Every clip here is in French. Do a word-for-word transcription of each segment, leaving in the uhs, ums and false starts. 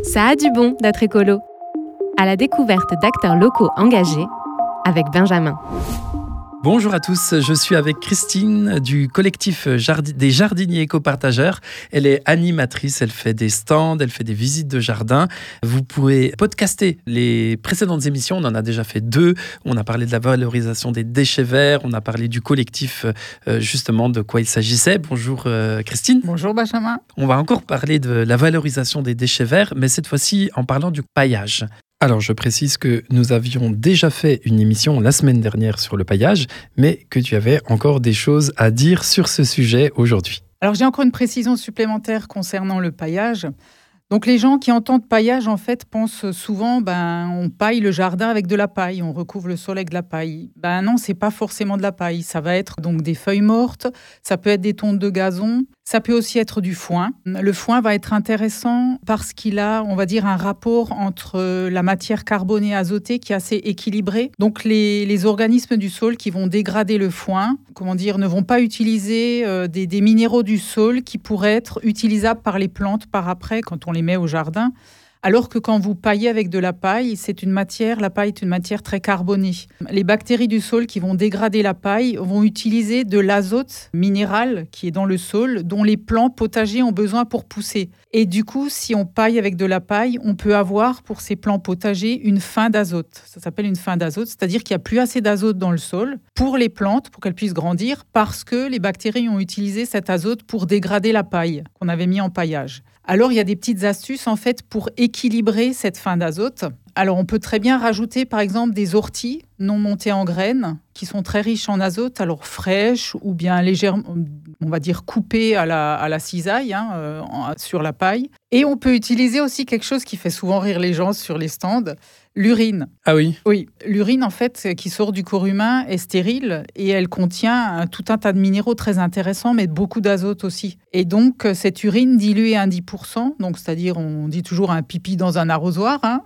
Ça a du bon d'être écolo. À la découverte d'acteurs locaux engagés avec Benjamin. Bonjour à tous, je suis avec Christine du collectif Jardi- des jardiniers éco-partageurs. Elle est animatrice, elle fait des stands, elle fait des visites de jardin. Vous pouvez podcaster les précédentes émissions, on en a déjà fait deux. On a parlé de la valorisation des déchets verts, on a parlé du collectif, euh, justement de quoi il s'agissait. Bonjour euh, Christine. Bonjour Benjamin. On va encore parler de la valorisation des déchets verts, mais cette fois-ci en parlant du paillage. Alors, je précise que nous avions déjà fait une émission la semaine dernière sur le paillage, mais que tu avais encore des choses à dire sur ce sujet aujourd'hui. Alors, j'ai encore une précision supplémentaire concernant le paillage. Donc, les gens qui entendent paillage, en fait, pensent souvent, ben, on paille le jardin avec de la paille, on recouvre le sol avec de la paille. Ben non, c'est pas forcément de la paille. Ça va être donc des feuilles mortes, ça peut être des tontes de gazon, ça peut aussi être du foin. Le foin va être intéressant parce qu'il a, on va dire, un rapport entre la matière carbonée et azotée qui est assez équilibré. Donc, les, les organismes du sol qui vont dégrader le foin, comment dire, ne vont pas utiliser euh, des, des minéraux du sol qui pourraient être utilisables par les plantes par après quand on les met au jardin. Alors que quand vous paillez avec de la paille, c'est une matière, la paille est une matière très carbonée. Les bactéries du sol qui vont dégrader la paille vont utiliser de l'azote minéral qui est dans le sol, dont les plants potagers ont besoin pour pousser. Et du coup, si on paille avec de la paille, on peut avoir pour ces plants potagers une fin d'azote. Ça s'appelle une fin d'azote, c'est-à-dire qu'il n'y a plus assez d'azote dans le sol pour les plantes, pour qu'elles puissent grandir, parce que les bactéries ont utilisé cet azote pour dégrader la paille qu'on avait mis en paillage. Alors, il y a des petites astuces, en fait, pour équilibrer cette fin d'azote. Alors, on peut très bien rajouter, par exemple, des orties non montées en graines, qui sont très riches en azote, alors fraîches ou bien légèrement, on va dire, coupées à la, à la cisaille, hein, euh, sur la paille. Et on peut utiliser aussi quelque chose qui fait souvent rire les gens sur les stands, l'urine. Ah oui ? Oui, l'urine, en fait, qui sort du corps humain, est stérile et elle contient un, tout un tas de minéraux très intéressants, mais beaucoup d'azote aussi. Et donc, cette urine diluée à dix pour cent, donc c'est-à-dire, on dit toujours un pipi dans un arrosoir, hein,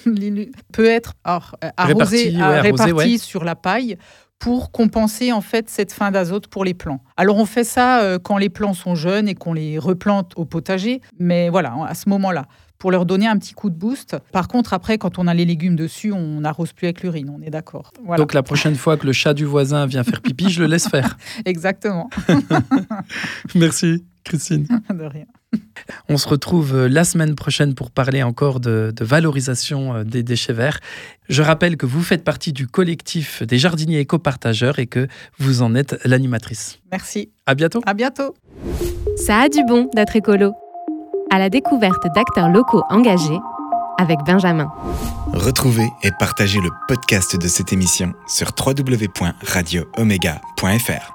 peut être alors, arrosé, réparti, ouais, réparti arrosé, ouais. sur la paille pour compenser en fait cette fin d'azote pour les plants. Alors on fait ça euh, quand les plants sont jeunes et qu'on les replante au potager, mais voilà, à ce moment-là, pour leur donner un petit coup de boost. Par contre, après, quand on a les légumes dessus, on n'arrose plus avec l'urine, on est d'accord. Voilà. Donc la prochaine fois que le chat du voisin vient faire pipi, je le laisse faire. Exactement. Merci Christine. De rien. On se retrouve la semaine prochaine pour parler encore de, de valorisation des déchets verts. Je rappelle que vous faites partie du collectif des jardiniers éco-partageurs et que vous en êtes l'animatrice. Merci. À bientôt. À bientôt. Ça a du bon d'être écolo. À la découverte d'acteurs locaux engagés avec Benjamin. Retrouvez et partagez le podcast de cette émission sur w w w point radio omega point f r.